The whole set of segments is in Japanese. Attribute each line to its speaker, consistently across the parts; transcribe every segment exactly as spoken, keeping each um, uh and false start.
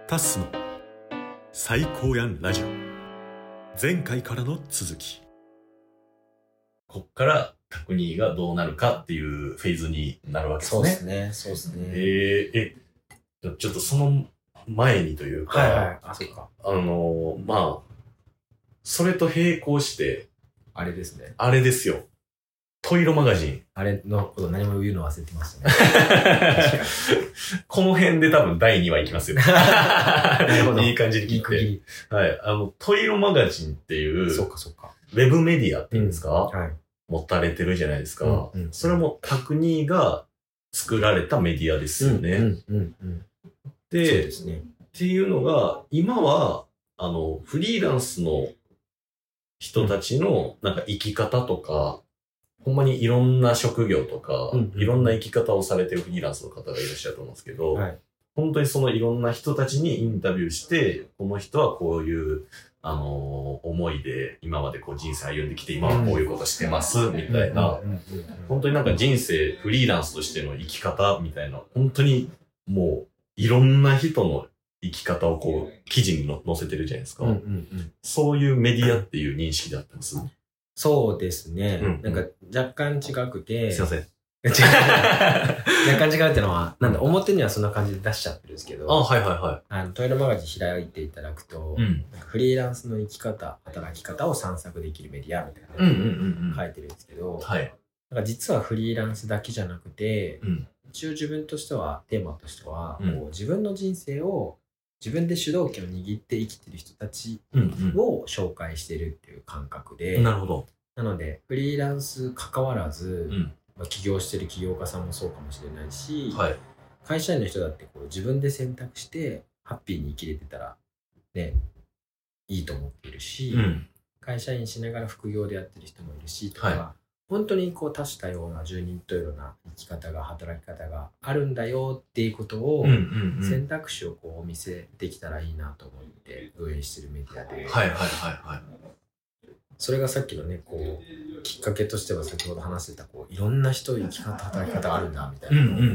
Speaker 1: タッスの最高やんラジオ、前回からの続き。
Speaker 2: こっからタクニーがどうなるかっていうフェーズになるわけですね。
Speaker 3: そうですね、そうですね。
Speaker 2: えー、え、ちょっとその前にというか、
Speaker 3: はいはい、あ、そっか。
Speaker 2: あのー、まあ、それと並行して、
Speaker 3: あれですね。
Speaker 2: あれですよ。トイロマガジン。
Speaker 3: あれのこと何も言うの忘れてましたね。
Speaker 2: この辺で多分だいにわいきますよ。
Speaker 3: なるほど。
Speaker 2: いい感じに切って。
Speaker 3: いい
Speaker 2: はい。あの、トイロマガジンっていう、
Speaker 3: そっかそっか。
Speaker 2: ウェブメディアっていうんですか、
Speaker 3: うん、はい。
Speaker 2: 持たれてるじゃないですか。
Speaker 3: うんうん、
Speaker 2: それもタクニーが作られたメディアですよね。
Speaker 3: うんうんうんうん、
Speaker 2: で、
Speaker 3: そうですね。
Speaker 2: っていうのが、今は、あの、フリーランスの人たちの、なんか生き方とか、ほんまにいろんな職業とか、
Speaker 3: うんうん、
Speaker 2: いろんな生き方をされてるフリーランスの方がいらっしゃると思うんですけど、
Speaker 3: はい、
Speaker 2: 本当にそのいろんな人たちにインタビューして、この人はこういう、あのー、思いで今までこう人生歩んできて、今はこういうことしてます、みたいな、本当になんか人生、フリーランスとしての生き方みたいな、本当にもういろんな人の生き方をこう、記事に載せてるじゃないですか、
Speaker 3: うんうんうん。
Speaker 2: そういうメディアっていう認識であったんです。
Speaker 3: そうですね。
Speaker 2: うんうん、
Speaker 3: なんか若干違くて。
Speaker 2: すいません。
Speaker 3: 若干違うってのは、なんだ、表にはそんな感じで出しちゃってるんですけど。
Speaker 2: あ、はいはいはい。
Speaker 3: あの、トイレマガジン開いていただくと、
Speaker 2: うん、
Speaker 3: なんかフリーランスの生き方、働き方を散策できるメディアみたいなのを書いてるんですけど、
Speaker 2: はい。
Speaker 3: なんか実はフリーランスだけじゃなくて、
Speaker 2: うん、
Speaker 3: 一応自分としては、テーマとしては、
Speaker 2: うん、
Speaker 3: こう自分の人生を自分で主導権を握って生きてる人たちを紹介してるっていう感覚で、
Speaker 2: うんうん、なるほど。
Speaker 3: なので、フリーランス関わらず、
Speaker 2: うん
Speaker 3: まあ、起業してる起業家さんもそうかもしれないし、
Speaker 2: はい、
Speaker 3: 会社員の人だってこう自分で選択してハッピーに生きれてたらね、いいと思っているし、うん、会社員しながら副業でやってる人もいるしとか、はい、本当にこう多種多様な十人十色な生き方が働き方があるんだよっていうことを、うんうんうん、選択肢をこうお見せできたらいいなと思って運営してるメディアで、
Speaker 2: はいはいはいはい。
Speaker 3: それがさっきのね、こうきっかけとしては先ほど話してたこういろんな人生き方働き方があるんだみたいな、うんうんうんうん、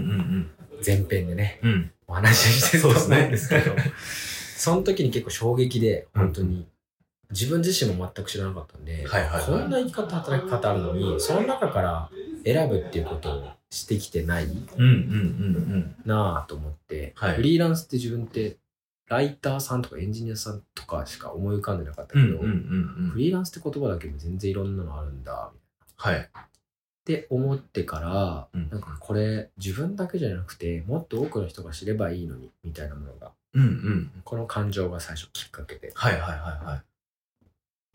Speaker 3: 前編でね、うん、お話ししてると思うんですけど、その時に結構衝撃で本当に、うん、自分自身も全く知らなかったんで、はいはいはい、こんな生き方働き方あるのにその中から選ぶっていうことをしてきてない、うんうんうんうん、なぁと思って、はい、フリーランスって自分ってライターさんとかエンジニアさんとかしか思い浮かんでなかったけど、うんうんうんうん、フリーランスって言葉だけでも全然いろんなのあるんだ、みたいな。はい。って思ってから、うん、なんかこれ自分だけじゃなくて、もっと多くの人が知ればいいのに、みたいなものが、うんうん、この感情が最初きっかけで。はいはいはいはい。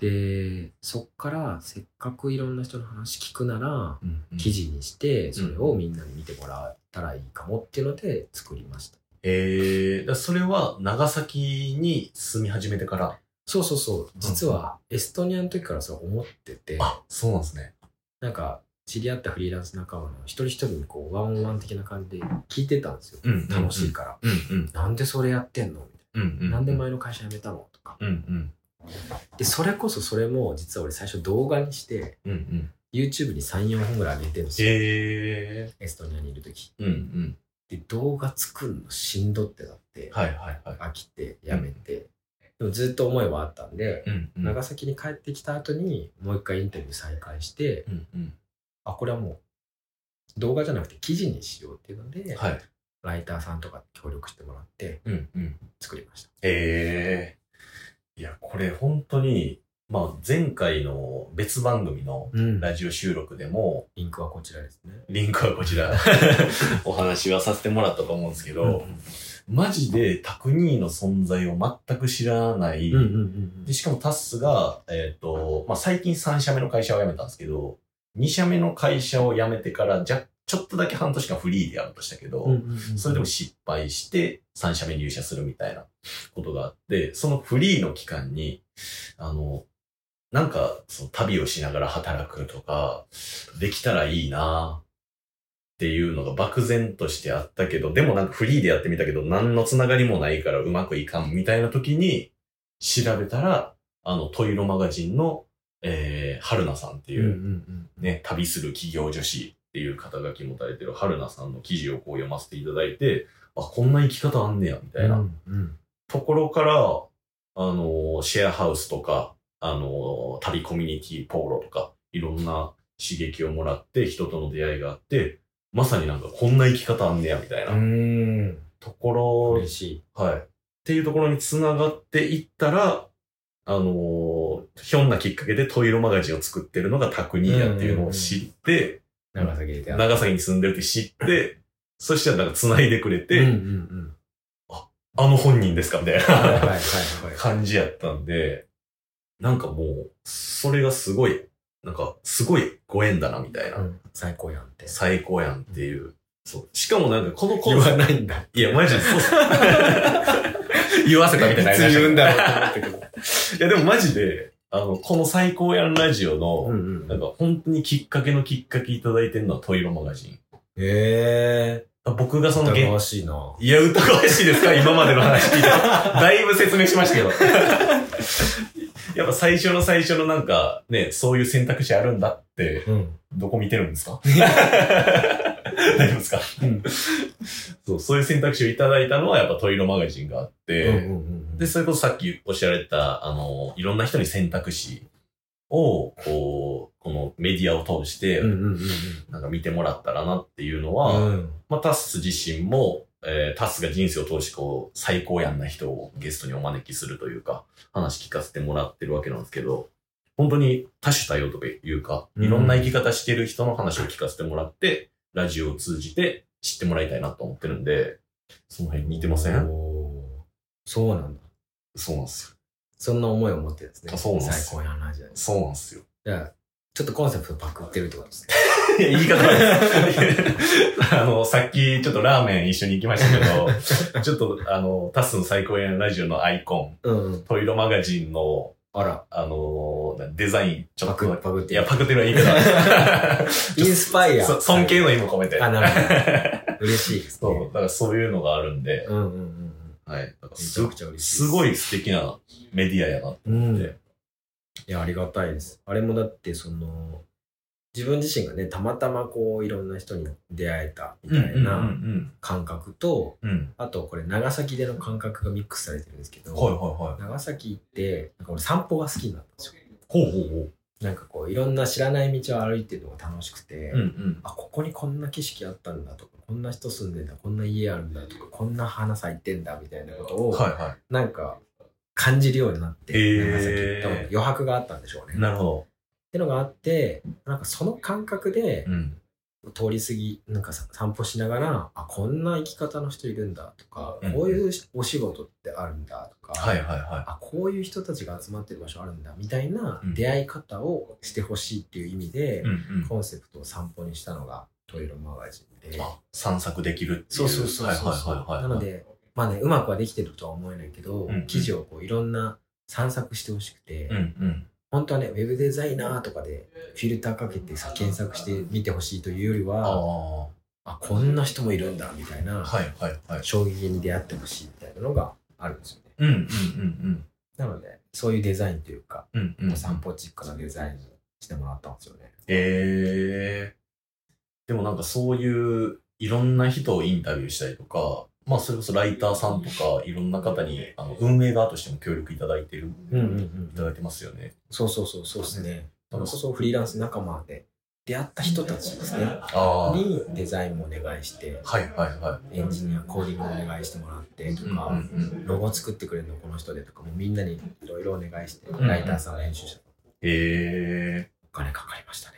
Speaker 3: で、そっからせっかくいろんな人の話聞くなら、うんうん、記事にして、それをみんなに見てもらったらいいかもっていうので作りました。
Speaker 2: えー、だそれは長崎に住み始めてから。
Speaker 3: そうそうそう。実はエストニアの時からそう思ってて。
Speaker 2: あ、そうなんですね。
Speaker 3: なんか知り合ったフリーランス仲間の一人一人にこうワンオンワン的な感じで聞いてたんですよ。うんうんうん、楽しいから、うんうん。なんでそれやってんのみたいな、うんうんうん。なんで前の会社辞めたのとか、うんうん。で、それこそそれも実は俺最初動画にして、うんうん、YouTube にさん、よんほんぐらい上げてるんですよ。へー。エストニアにいる時。うんうんで動画作るのしんどってなって、はいはいはい、飽きてやめて、うん、でもずっと思いはあったんで、うんうん、長崎に帰ってきた後にもう一回インタビュー再開して、うんうん、あこれはもう動画じゃなくて記事にしようっていうので、はい、ライターさんとか協力してもらって作りました。
Speaker 2: うんうん、えー、いやこれ本当にまあ、前回の別番組のラジオ収録でも、
Speaker 3: うん、リンクはこちらですね。
Speaker 2: リンクはこちら。お話はさせてもらったと思うんですけど、うんうん、マジでタクニーの存在を全く知らない。うんうんうんうん、でしかもタッスが、えっと、まあ、最近さん社目の会社を辞めたんですけど、に社目の会社を辞めてからじゃ、ちょっとだけ半年間フリーでやろうとしたけど、うんうんうん、それでも失敗してさん社目入社するみたいなことがあって、そのフリーの期間に、あの、なんか、その旅をしながら働くとか、できたらいいなっていうのが漠然としてあったけど、でもなんかフリーでやってみたけど、何のつながりもないからうまくいかんみたいな時に、調べたら、あの、トイロマガジンの、えー、春菜さんっていう、うんうんうん、ね、旅する企業女子っていう肩書き持たれてる春菜さんの記事をこう読ませていただいて、あ、こんな生き方あんねや、みたいな。うんうんところから、あの、シェアハウスとか、あの、旅コミュニティポーロとか、いろんな刺激をもらって、人との出会いがあって、まさになんかこんな生き方あんねや、みたいな。
Speaker 3: うーん。
Speaker 2: ところ、
Speaker 3: 嬉しい。
Speaker 2: はい。っていうところに繋がっていったら、あのー、ひょんなきっかけでトイロマガジンを作ってるのがタクニーヤっていうのを知って、
Speaker 3: 長崎で
Speaker 2: 長崎に住んでるって知って、そしたらなんか繋いでくれて、
Speaker 3: うんうんうん、
Speaker 2: あ、あの本人ですかみたいな
Speaker 3: はいはいはい、
Speaker 2: 感じやったんで、なんかもう、それがすごい、なんかすごいご縁だなみたいな。うん、
Speaker 3: 最高やんって。
Speaker 2: 最高やんっていう。そう。しかもなんかこのコ
Speaker 3: ンセプト。言わないんだ。
Speaker 2: いや、マジでそうっす。
Speaker 3: 言わせたみたいな。いつ言うんだろうと思ったけど。
Speaker 2: いや、でもマジで、あの、この最高やんラジオの、うんうん、なんか本当にきっかけのきっかけいただいてるのはトイロマガジン。
Speaker 3: へー。
Speaker 2: 僕がその、
Speaker 3: 疑わしいな。
Speaker 2: いや、疑わしいですか今までの話聞いて。だいぶ説明しましたけど。やっぱ最初の最初のなんか、ね、そういう選択肢あるんだって、うん、どこ見てるんですか大丈夫ですか、うん、そう、そういう選択肢をいただいたのはやっぱトイロマガジンがあって、うんうんうん、で、それこそさっきおっしゃられた、あの、いろんな人に選択肢を、こう、このメディアを通して、なんか見てもらったらなっていうのは、うん、まあ、タス自身も、えー、タスが人生を通してこう、最高やんな人をゲストにお招きするというか、話聞かせてもらってるわけなんですけど、本当に多種多様というか、いろんな生き方してる人の話を聞かせてもらって、ラジオを通じて知ってもらいたいなと思ってるんで、その辺似てません？
Speaker 3: そうなんだ。
Speaker 2: そうなんですよ。
Speaker 3: そんな思いを持ってるんですね。
Speaker 2: そうなんですよ。
Speaker 3: 最高やんラジオ。
Speaker 2: そうなんですよ。
Speaker 3: じゃあ、ちょっとコンセプトパクってるってことです
Speaker 2: ね。言い方ですあの、さっきちょっとラーメン一緒に行きましたけど、ちょっとあの、タスの最高やんラジオのアイコン、うんうん、トイロマガジンの、
Speaker 3: あら、
Speaker 2: あのー、デザイン、ちょっと。
Speaker 3: パク、パクって。
Speaker 2: いや、パクってるはいいけど。
Speaker 3: インスパイア。
Speaker 2: 尊敬の意味も込めて。
Speaker 3: あ、なるほど。嬉しいですね。
Speaker 2: そう、だからそういうのがあるんで。
Speaker 3: うんうんうん。
Speaker 2: はい。だから
Speaker 3: すごくちゃ嬉しい。
Speaker 2: すごい素敵なメディアやなと思って、うん。
Speaker 3: いや、ありがたいです。あれもだって、その、自分自身がね、たまたまこう、いろんな人に出会えたみたいな感覚と、うんうんうん、あとこれ長崎での感覚がミックスされてるんですけど、
Speaker 2: はいはいはい、
Speaker 3: 長崎って、なんか俺散歩が好きになったんですよ。
Speaker 2: ほうほうほう。
Speaker 3: なんかこう、いろんな知らない道を歩いてるのが楽しくて、
Speaker 2: うんうん、
Speaker 3: あ、ここにこんな景色あったんだとか、こんな人住んでんだ、こんな家あるんだとか、こんな花咲いてんだみたいなことを、
Speaker 2: はいはい、
Speaker 3: なんか感じるようになって、長崎行ったの余白があったんでしょうね。
Speaker 2: なるほど。
Speaker 3: ってのがあって、なんかその感覚で、通り過ぎ、なんか散歩しながら、あ、こんな生き方の人いるんだとか、うん、こういうお仕事ってあるんだとか、
Speaker 2: はいはいはい、
Speaker 3: あ、こういう人たちが集まってる場所あるんだみたいな出会い方をしてほしいっていう意味で、うんうん、コンセプトを散歩にしたのがトイロマガジンで。
Speaker 2: あ、散策できるっていう。
Speaker 3: そうそうそうそう、はいはいはいはい。なので、まあね、うまくはできてるとは思えないけど、うんうん、記事をこういろんな散策してほしくて、
Speaker 2: うんうん
Speaker 3: 本当はね、ウェブデザイナーとかでフィルターかけてさ、検索してみてほしいというよりは、あ, あ、こんな人もいるんだみたいな、
Speaker 2: はいはいはい、
Speaker 3: 衝撃に出会ってほしいみたいなのがあるんですよね。
Speaker 2: うんうんうんうん。
Speaker 3: なので、そういうデザインというか、
Speaker 2: うんうんうん、
Speaker 3: 散歩チックなデザインにしてもらったんですよね。
Speaker 2: えー、でもなんかそういういろんな人をインタビューしたりとか、まあそれこそライターさんとかいろんな方にあの運営側としても協力いただいてる、
Speaker 3: うんうんうん、
Speaker 2: いただいてますよね。
Speaker 3: そうそうそうそうですね。それこそフリーランス仲間で出会った人たちですね。にデザインもお願いして、
Speaker 2: はいはいはい。
Speaker 3: エンジニアコーディングもお願いしてもらってとか、うんうんうん、ロゴ作ってくれるのこの人でとかもみんなにいろいろお願いして、うんうん、ライターさん編集者とか。
Speaker 2: へー。
Speaker 3: お金かかりましたね。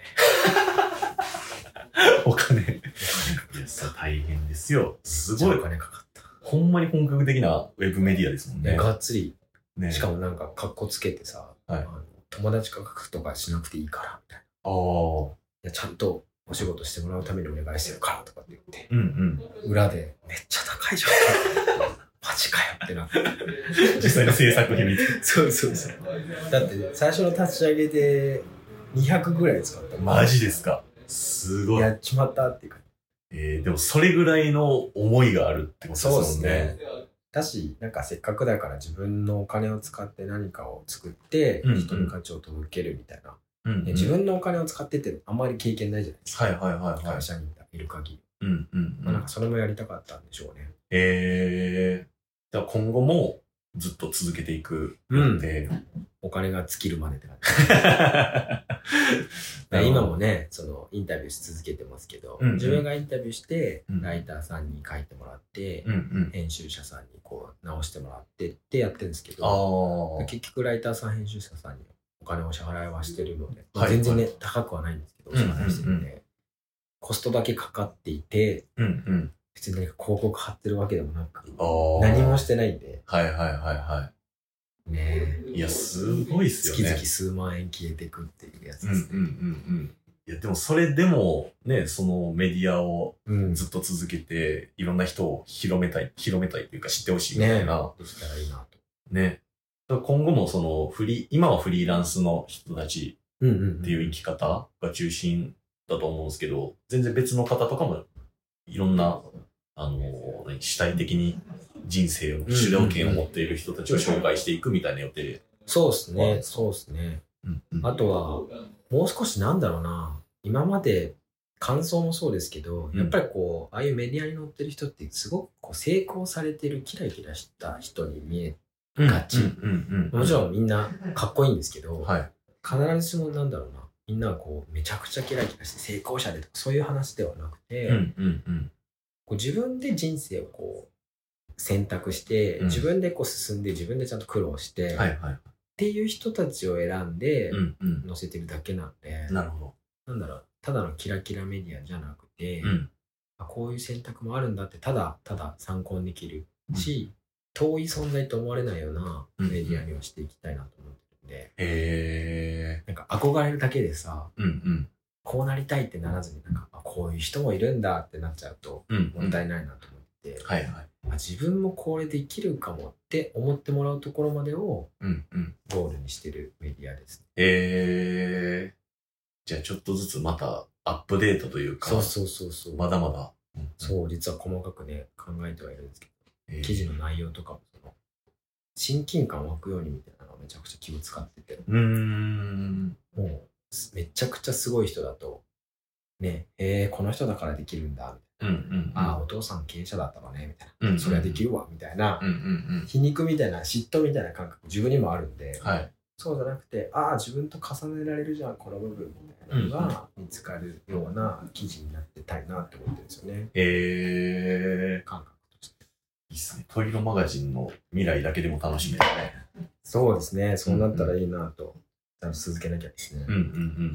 Speaker 2: お金。いや、さ大変ですよ。すごい。
Speaker 3: お金かかった。
Speaker 2: ほんまに本格的なウェブメディアですもんね。
Speaker 3: がっつり。ね、しかもなんかカッコつけてさ、はい、あの友達価格とかしなくていいからみたいな。
Speaker 2: ああ。
Speaker 3: いやちゃんとお仕事してもらうためにお願いしてるからとかって言って、
Speaker 2: うんうん、
Speaker 3: 裏でめっちゃ高いじゃん。マジかよってなって。
Speaker 2: 実際の制作費見て。
Speaker 3: そうそうそう。だって最初の立ち上げでにひゃくぐらい使った。
Speaker 2: マジですか。すごい。
Speaker 3: やっちまったっていうか。
Speaker 2: えー、でもそれぐらいの思いがあるってことですもんね。そうですね。
Speaker 3: だし、なんかせっかくだから自分のお金を使って何かを作って人に価値を届けるみたいな。うんうん、自分のお金を使ってってあんまり経験ないじゃないですか。
Speaker 2: はいはいはい、はい。
Speaker 3: 会社にいる限り。
Speaker 2: うんうんうん、
Speaker 3: まあ、なんかそれもやりたかったんでしょうね。
Speaker 2: へえー。じゃあ今後もずっと続けていくので、
Speaker 3: うん、お金が尽きるまでって感じ。今もね、そのインタビューし続けてますけど、うんうん、自分がインタビューして、うん、ライターさんに書いてもらって、うんうん、編集者さんにこう直してもらってってやってるんですけど、結局ライターさん、編集者さんにお金を支払いはしてるので、はい、全然ね、はい、高くはないんですけど、お支払いしてるので、うんうんうん、コストだけかかっていて、うんうん、別に広告貼ってるわけでもなく、何もしてないんで。
Speaker 2: はいはいはいはい。ねえ。いや、すごいっすよね。
Speaker 3: 月々数万円消えていくっていうやつですね。うんうんうん
Speaker 2: うん。いや、でもそれでも、ね、そのメディアをずっと続けて、うん、いろんな人を広めたい、広めたいっていうか知ってほしいみたいな。
Speaker 3: ね、できたらいいなと。
Speaker 2: ね。今後もそのフリー、今はフリーランスの人たちっていう生き方が中心だと思うんですけど、全然別の方とかもいろんな、あの、主体的に人生を、主導権を持っている人たちを紹介していくみたいな予定。
Speaker 3: そうですね、そうですね。うんうん、あとは、もう少しなんだろうな、今まで感想もそうですけど、やっぱりこう、ああいうメディアに載ってる人ってすごくこう成功されてるキラキラした人に見えがち。もちろんみんなかっこいいんですけど、はい、必ずしもなんだろうな、みんなこうめちゃくちゃキラキラして成功者でとかそういう話ではなくて、うんうんうん、こう自分で人生をこう選択して、うん、自分でこう進んで自分でちゃんと苦労して、はいはい、っていう人たちを選んで載せてるだけなんで、うんうん、なるほど。なんだろう、ただのキラキラメディアじゃなくて、うん、あこういう選択もあるんだってただただ参考にできるし、うん、遠い存在と思われないようなメディアにはしていきたいなと思ってるんで、へー、なんか憧れるだけでさ、うんうん、こうなりたいってならずになんかこういう人もいるんだってなっちゃうともったいないなと思って、うんうん、はいはい、あ自分もこれできるかもって思ってもらうところまでをゴールにしてるメディアですね。
Speaker 2: へー、じゃあちょっとずつまたアップデートというか、
Speaker 3: そうそうそうそう、
Speaker 2: まだまだ、
Speaker 3: うん、そう実は細かくね考えてはいるんですけど、記事の内容とかもその親近感湧くようにみたいなのをめちゃくちゃ気を使ってて、うーん、もうめちゃくちゃすごい人だとね、えー、この人だからできるんだみたいな、うんうんうん、ああお父さん経営者だったのねみたいな、うんうん、それはできるわみたいな、うんうんうん、皮肉みたいな嫉妬みたいな感覚自分にもあるんで、はい、そうじゃなくて、ああ自分と重ねられるじゃんこの部分みたいなのが見つかるような記事になってたいなって思ってるんですよね。
Speaker 2: へえー、感覚としていいっすね。トイロマガジンの未来だけでも楽しめるね。
Speaker 3: そうですね、そうなったらいいなと、うんうん、続けなきゃですね。うんうんうん。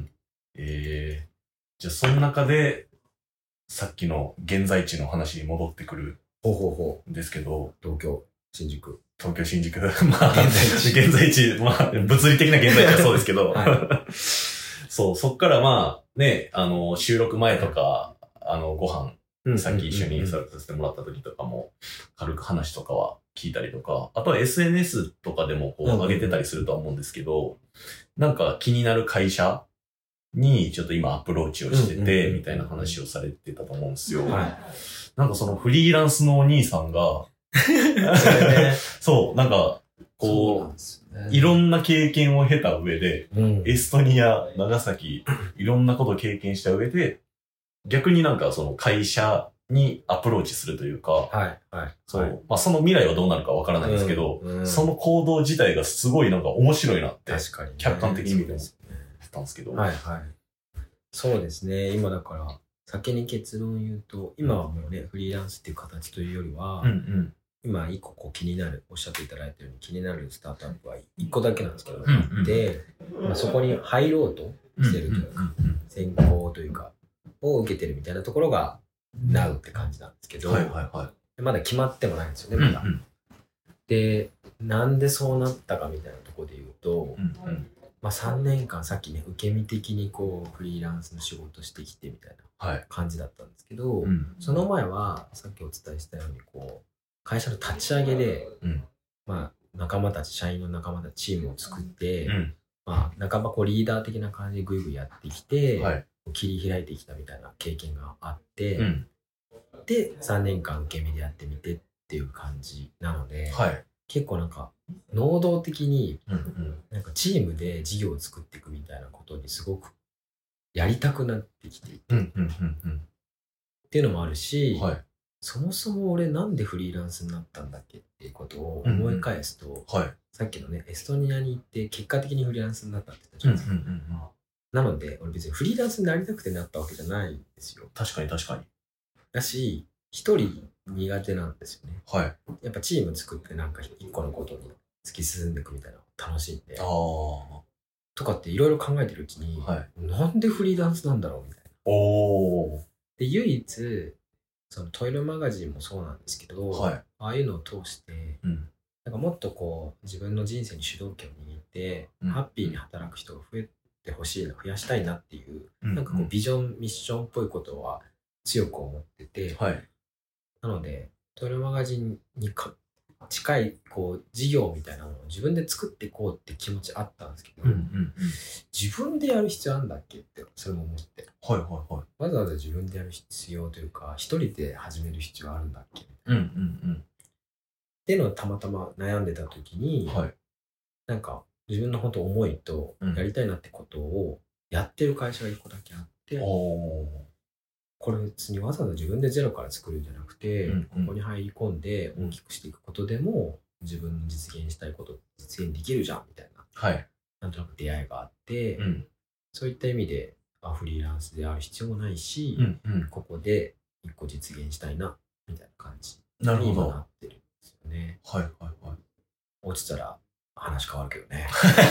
Speaker 2: えー、じゃあその中でさっきの現在地の話に戻ってくるんですけど、
Speaker 3: 東京新宿
Speaker 2: 東京新宿まあ現在地現在地まあ物理的な現在地はそうですけど、はい、そうそっからまあねあの収録前とかあのご飯、うん、さっき一緒にさせてもらった時とかも軽く話とかは聞いたりとか、あとは エスエヌエス とかでもこう上げてたりするとは思うんですけど、なんか気になる会社にちょっと今アプローチをしててみたいな話をされてたと思うんですよ。はい、なんかそのフリーランスのお兄さんがそれね、そうなんかこう、ね、いろんな経験を経た上で、うん、エストニア、長崎いろんなことを経験した上で逆になんかその会社にアプローチするというか、はいはい、そう、はい、まあその未来はどうなるかわからないんですけど、うんうん、その行動自体がすごいなんか面白いなって、確かにね、客観的に見てますたんですけど、
Speaker 3: はいはい、そうですね。今だから先に結論を言うと、今はもうねフリーランスっていう形というよりは、うんうん、今一個こう気になるおっしゃっていただいたように気になるスタートアップは一個だけなんですけど、うんうん、で、まあ、そこに入ろうとしてるというか、うんうんうん、選考というかを受けてるみたいなところが ナウ って感じなんですけど、はいはいはい、まだ決まってもないんですよねまだ、うんうん、でなんでそうなったかみたいなところで言うと、うんうん、まあ、さんねんかんさっきね受け身的にこうフリーランスの仕事してきてみたいな感じだったんですけど、はい、うん、その前はさっきお伝えしたようにこう会社の立ち上げで、うん、まあ、仲間たち社員の仲間たちチームを作って、うん、まあ、半ばこうリーダー的な感じでグイグイやってきて、はい、切り開いてきたみたいな経験があって、うん、でさんねんかん受け身でやってみてっていう感じなので、はい、結構なんか能動的になんかチームで事業を作っていくみたいなことにすごくやりたくなってきていて、うんうんうんうん、っていうのもあるし、はい、そもそも俺なんでフリーランスになったんだっけっていうことことを思い返すと、
Speaker 2: うんうん、はい、
Speaker 3: さっきのね、エストニアに行って結果的にフリーランスになったって言ったじゃないですか。うんうんうん、なので、俺別にフリーランスになりたくてなったわけじゃないんですよ。
Speaker 2: 確かに確かに。
Speaker 3: だし、一人苦手なんですよね。
Speaker 2: はい。
Speaker 3: やっぱチーム作ってなんか一個のことに突き進んでいくみたいなの楽しいんで。
Speaker 2: ああ。
Speaker 3: とかっていろいろ考えてるうちに、はい、なんでフリーランスなんだろうみたいな。
Speaker 2: おー。
Speaker 3: で、唯一、そのトイレマガジンもそうなんですけど、はい、ああいうのを通して、うん、なんかもっとこう自分の人生に主導権を握って、うん、ハッピーに働く人が増えてほしいな、増やしたいなっていう、うん、なんかこうビジョン、ミッションっぽいことは強く思ってて、はい、なので、トイレマガジンにか近いこう事業みたいなものを自分で作っていこうって気持ちあったんですけど、うんうんうん、自分でやる必要あるんだっけってそれも思って、はいはいはい、わざわざ自分でやる必要というか一人で始める必要あるんだっけみたいな、うんうんうん、っていうのをたまたま悩んでた時に、はい、なんか自分の本当思いとやりたいなってことをやってる会社が一個だけあって、うん、これ別にわざわざ自分でゼロから作るんじゃなくて、うんうん、ここに入り込んで大きくしていくことでも自分の実現したいこと実現できるじゃんみたいな、はい、なんとなく出会いがあって、うん、そういった意味であフリーランスである必要もないし、うんうん、ここで一個実現したいなみたいな感じに今なってるんですよね。はいはいはい。落ちたら話変わるけどね。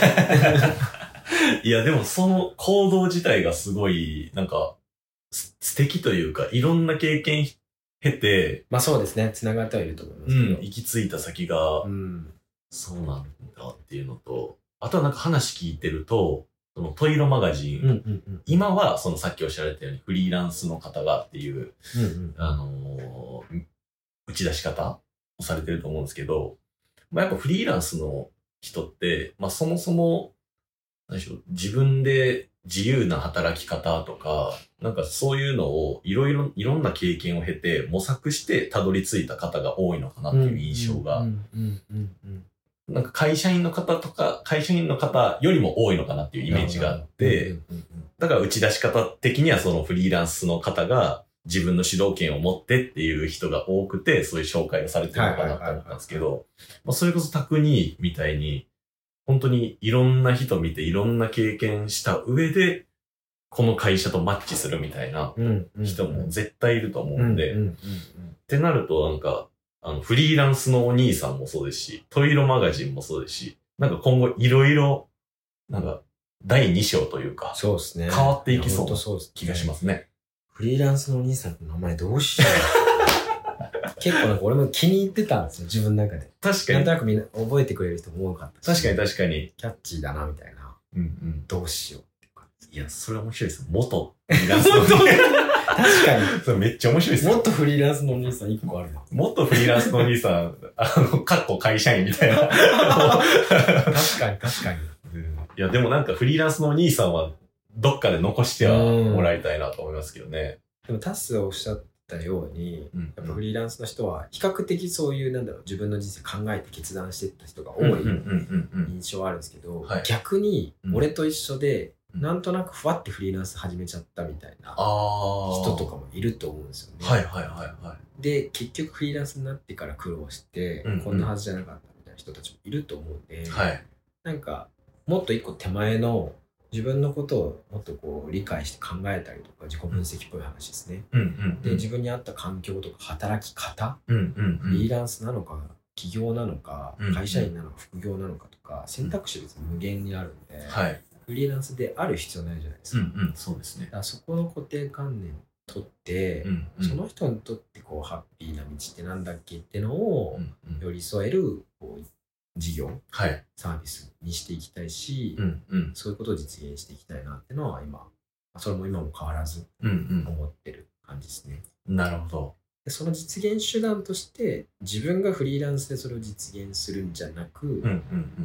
Speaker 2: いやでもその行動自体がすごいなんか素敵というか、いろんな経験経て、
Speaker 3: まあそうですね、繋がってはいると思いますけど、うん、
Speaker 2: 行き着いた先が、うん、そうなんだっていうのと、あとはなんか話聞いてると、そのトイロマガジン、うんうんうん、今はそのさっきおっしゃられたようにフリーランスの方がっていう、うんうん、あのー、打ち出し方をされてると思うんですけど、まあやっぱフリーランスの人って、まあそもそも、何でしょう、自分で自由な働き方とか、なんかそういうのをいろいろ、いろんな経験を経て模索してたどり着いた方が多いのかなっていう印象が、なんか会社員の方とか、会社員の方よりも多いのかなっていうイメージがあって、だから打ち出し方的にはそのフリーランスの方が自分の主導権を持ってっていう人が多くて、そういう紹介をされてるのかなと思ったんですけど、それこそ拓兄みたいに、本当にいろんな人見ていろんな経験した上で、この会社とマッチするみたいな人も絶対いると思うんで、ってなるとなんか、あの、フリーランスのお兄さんもそうですし、トイロマガジンもそうですし、なんか今後いろいろ、なんか、だいに章というか、
Speaker 3: そうですね。
Speaker 2: 変わっていきそうな気がしますね。
Speaker 3: フリーランスのお兄さんの名前どうしよう。結構なんか俺も気に入ってたんですよ、自分の中で。
Speaker 2: 確かに。
Speaker 3: なんとなくみんな覚えてくれる人も多かった
Speaker 2: し。確かに確かに。
Speaker 3: キャッチーだな、みたいな。うんうん。どうしようっていう感じ。
Speaker 2: いや、それは面白いです。元フリーランスのお兄さん。
Speaker 3: 確かに。
Speaker 2: それめっちゃ面白いです。
Speaker 3: もっとフリーランスのお兄さん一個あるな。
Speaker 2: もっとフリーランスのお兄さん、あの、かっこ会社員みたいな。確
Speaker 3: かに確かに。
Speaker 2: うん、いや、でもなんかフリーランスのお兄さんはどっかで残してはもらいたいなと思いますけどね。
Speaker 3: でもタッスがおっしゃったように、うん、やっぱフリーランスの人は比較的そういうなんだろう自分の人生考えて決断していった人が多い印象はあるんですけど、逆に俺と一緒で、うん、なんとなくふわってフリーランス始めちゃったみたいな人とかもいると思うんですよね。
Speaker 2: はいはいはいはい。
Speaker 3: で結局フリーランスになってから苦労して、うんうん、こんなはずじゃなかったみたいな人たちもいると思うんで、はい、なんかもっと一個手前の自分のことをもっとこう理解して考えたりとか自己分析っぽい話ですね、うんうんうん、で自分に合った環境とか働き方、うんうんうん、フリーランスなのか企業なのか、うんうん、会社員なのか副業なのかとか選択肢別に無限にあるんで、はい、フリーランスである必要ないじゃないですか、
Speaker 2: うんうん、そうですね。
Speaker 3: だからそこの固定観念を取って、うんうん、その人にとってこうハッピーな道ってなんだっけってのを寄り添えるこう事業、はい、サービスにしていきたいし、うんうん、そういうことを実現していきたいなっていうのは今、それも今も変わらず思ってる感じですね。
Speaker 2: うんうん、なるほど。
Speaker 3: でその実現手段として自分がフリーランスでそれを実現するんじゃなく、うんうんうん、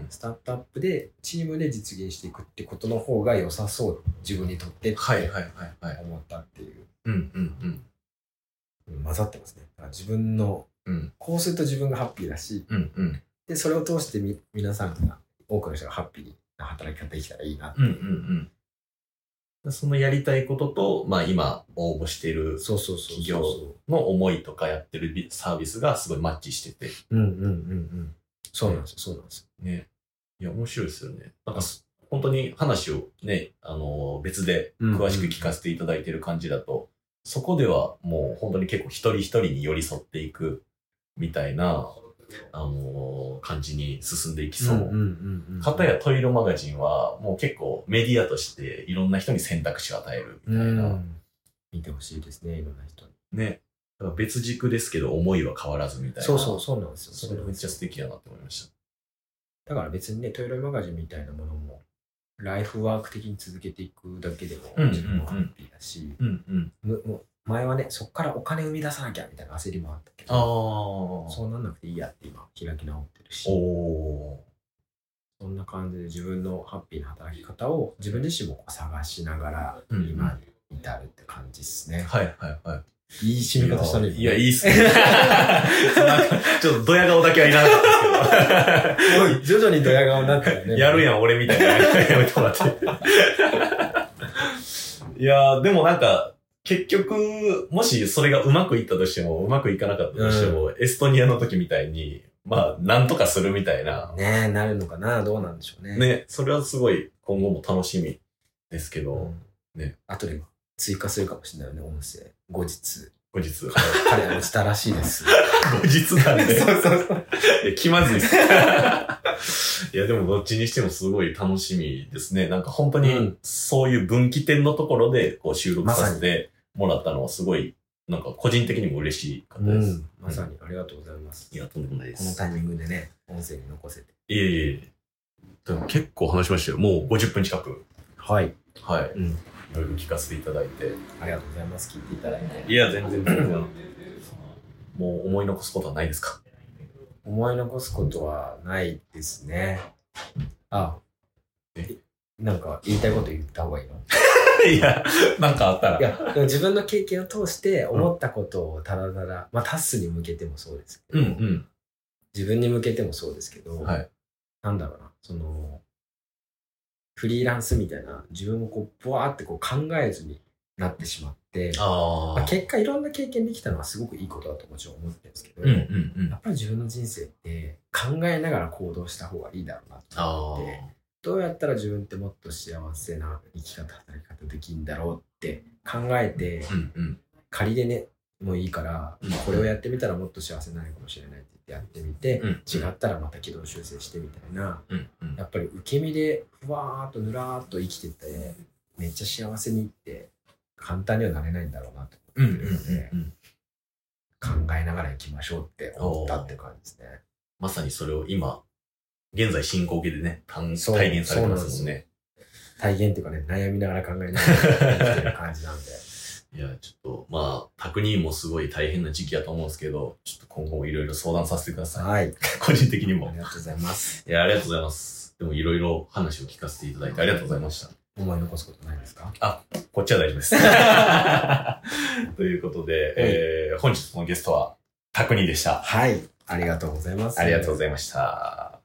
Speaker 3: スタートアップでチームで実現していくってことの方が良さそう自分にとってって思ったっていう。うんうんうん、混ざってますね。だから自分の、うん、こうすると自分がハッピーだし、うんうんでそれを通してみ皆さんが多くの人がハッピーな働き方できたらいいなって、うんうん
Speaker 2: うん、そのやりたいことと、まあ、今応募している企業の思いとかやってるサービスがすごいマッチしてて、うんうんうんうん、
Speaker 3: そうなんですよ、そうなんです
Speaker 2: よ。ね。いや、面白いですよね。なんか、本当に話をね、あの、別で詳しく聞かせていただいている感じだと、うんうん、そこではもう本当に結構一人一人に寄り添っていくみたいな、あのー、感じに進んでいきそう。かたやトイロマガジンはもう結構メディアとしていろんな人に選択肢を与えるみたいな。うん、
Speaker 3: 見てほしいですね、いろんな人に。
Speaker 2: ね。だから別軸ですけど思いは変わらずみたいな。
Speaker 3: そうそう、そうなんですよ。
Speaker 2: それめっちゃ素敵やなって思いました。
Speaker 3: だから別にね、トイロマガジンみたいなものも、ライフワーク的に続けていくだけでも自分もハッピーだし、前はね、そこからお金生み出さなきゃみたいな焦りもあったけど、そうなんなくていいやって今開き直ってるし、そんな感じで自分のハッピーな働き方を自分自身も探しながら今に至るって感じですね。
Speaker 2: はいはいはい。
Speaker 3: いい締め方したね。
Speaker 2: いや、いいっすね。ちょっとドヤ顔だけはいらなかった
Speaker 3: ですけど。徐々にドヤ顔になったらね。
Speaker 2: やるやん、俺みたいな。やめてもらって。いやー、でもなんか、結局、もしそれがうまくいったとしても、うまくいかなかったとしても、うん、エストニアの時みたいに、まあ、なんとかするみたいな。
Speaker 3: ねえ、なるのかな、どうなんでしょうね。
Speaker 2: ね、それはすごい今後も楽しみですけど、うん、ね。
Speaker 3: あとで追加するかもしれないよね、音声。後日。
Speaker 2: 後日。
Speaker 3: 彼は落ちたらしいです。
Speaker 2: 後日なんで。
Speaker 3: そうそうそう。
Speaker 2: いや、気まずいっす。いや、でもどっちにしてもすごい楽しみですね。なんか本当に、そういう分岐点のところでこう収録させてもらったのはすごい、なんか個人的にも嬉しかったです。うん、
Speaker 3: まさにありがとうございます。
Speaker 2: いや、とんでもないです。
Speaker 3: このタイミングでね、音声に残せて。
Speaker 2: いえいえ。でも結構話しましたよ。もうごじゅっぷん近く。
Speaker 3: はい。
Speaker 2: はい。うん。いろいろ聞かせていただいて。
Speaker 3: ありがとうございます。聞いていただいて。
Speaker 2: いや、全然全然。もう思い残すことはないですか？
Speaker 3: 思い残すことはないですね。あ、え、なんか言いたいこと言った方がいいの？
Speaker 2: いや、なんかあったら。
Speaker 3: いや、でも自分の経験を通して思ったことをただただ、まあタスに向けてもそうですけど、うんうん、自分に向けてもそうですけど、はい、なんだろうな、その、フリーランスみたいな自分をこう、ぼわーってこう考えずになってしまって、あまあ、結果いろんな経験できたのはすごくいいことだともちろん思ってるんですけど、うんうんうん、やっぱり自分の人生って考えながら行動した方がいいだろうなと思って、どうやったら自分ってもっと幸せな生き方、働き方できるんだろうって考えて、うんうん、仮でね、もういいから、うん、これをやってみたらもっと幸せになるかもしれないって言ってやってみて、うんうん、違ったらまた軌道修正してみたいな、うんうん、やっぱり受け身でふわーっとぬらーっと生きてて、めっちゃ幸せにって簡単にはなれないんだろうなと思ってるので、うんうんうんうん、考えながら生きましょうって思ったって感じですね。
Speaker 2: まさにそれを今、現在進行形でね、体現されてますもんね。
Speaker 3: 体現っていうかね、悩みながら考えながら生きてる感じなんで。
Speaker 2: いや、ちょっと、まあ、拓兄もすごい大変な時期やと思うんですけど、ちょっと今後もいろいろ相談させてください。はい。個人的にも。
Speaker 3: ありがとうございます。
Speaker 2: いや、ありがとうございます。でもいろいろ話を聞かせていただいてありがとうございました。
Speaker 3: 思い残すことないですか？
Speaker 2: あ、こっちは大丈夫です。ということで、はい、えー、本日のゲストは、拓兄でした。
Speaker 3: はい。ありがとうございます。
Speaker 2: ありがとうございました。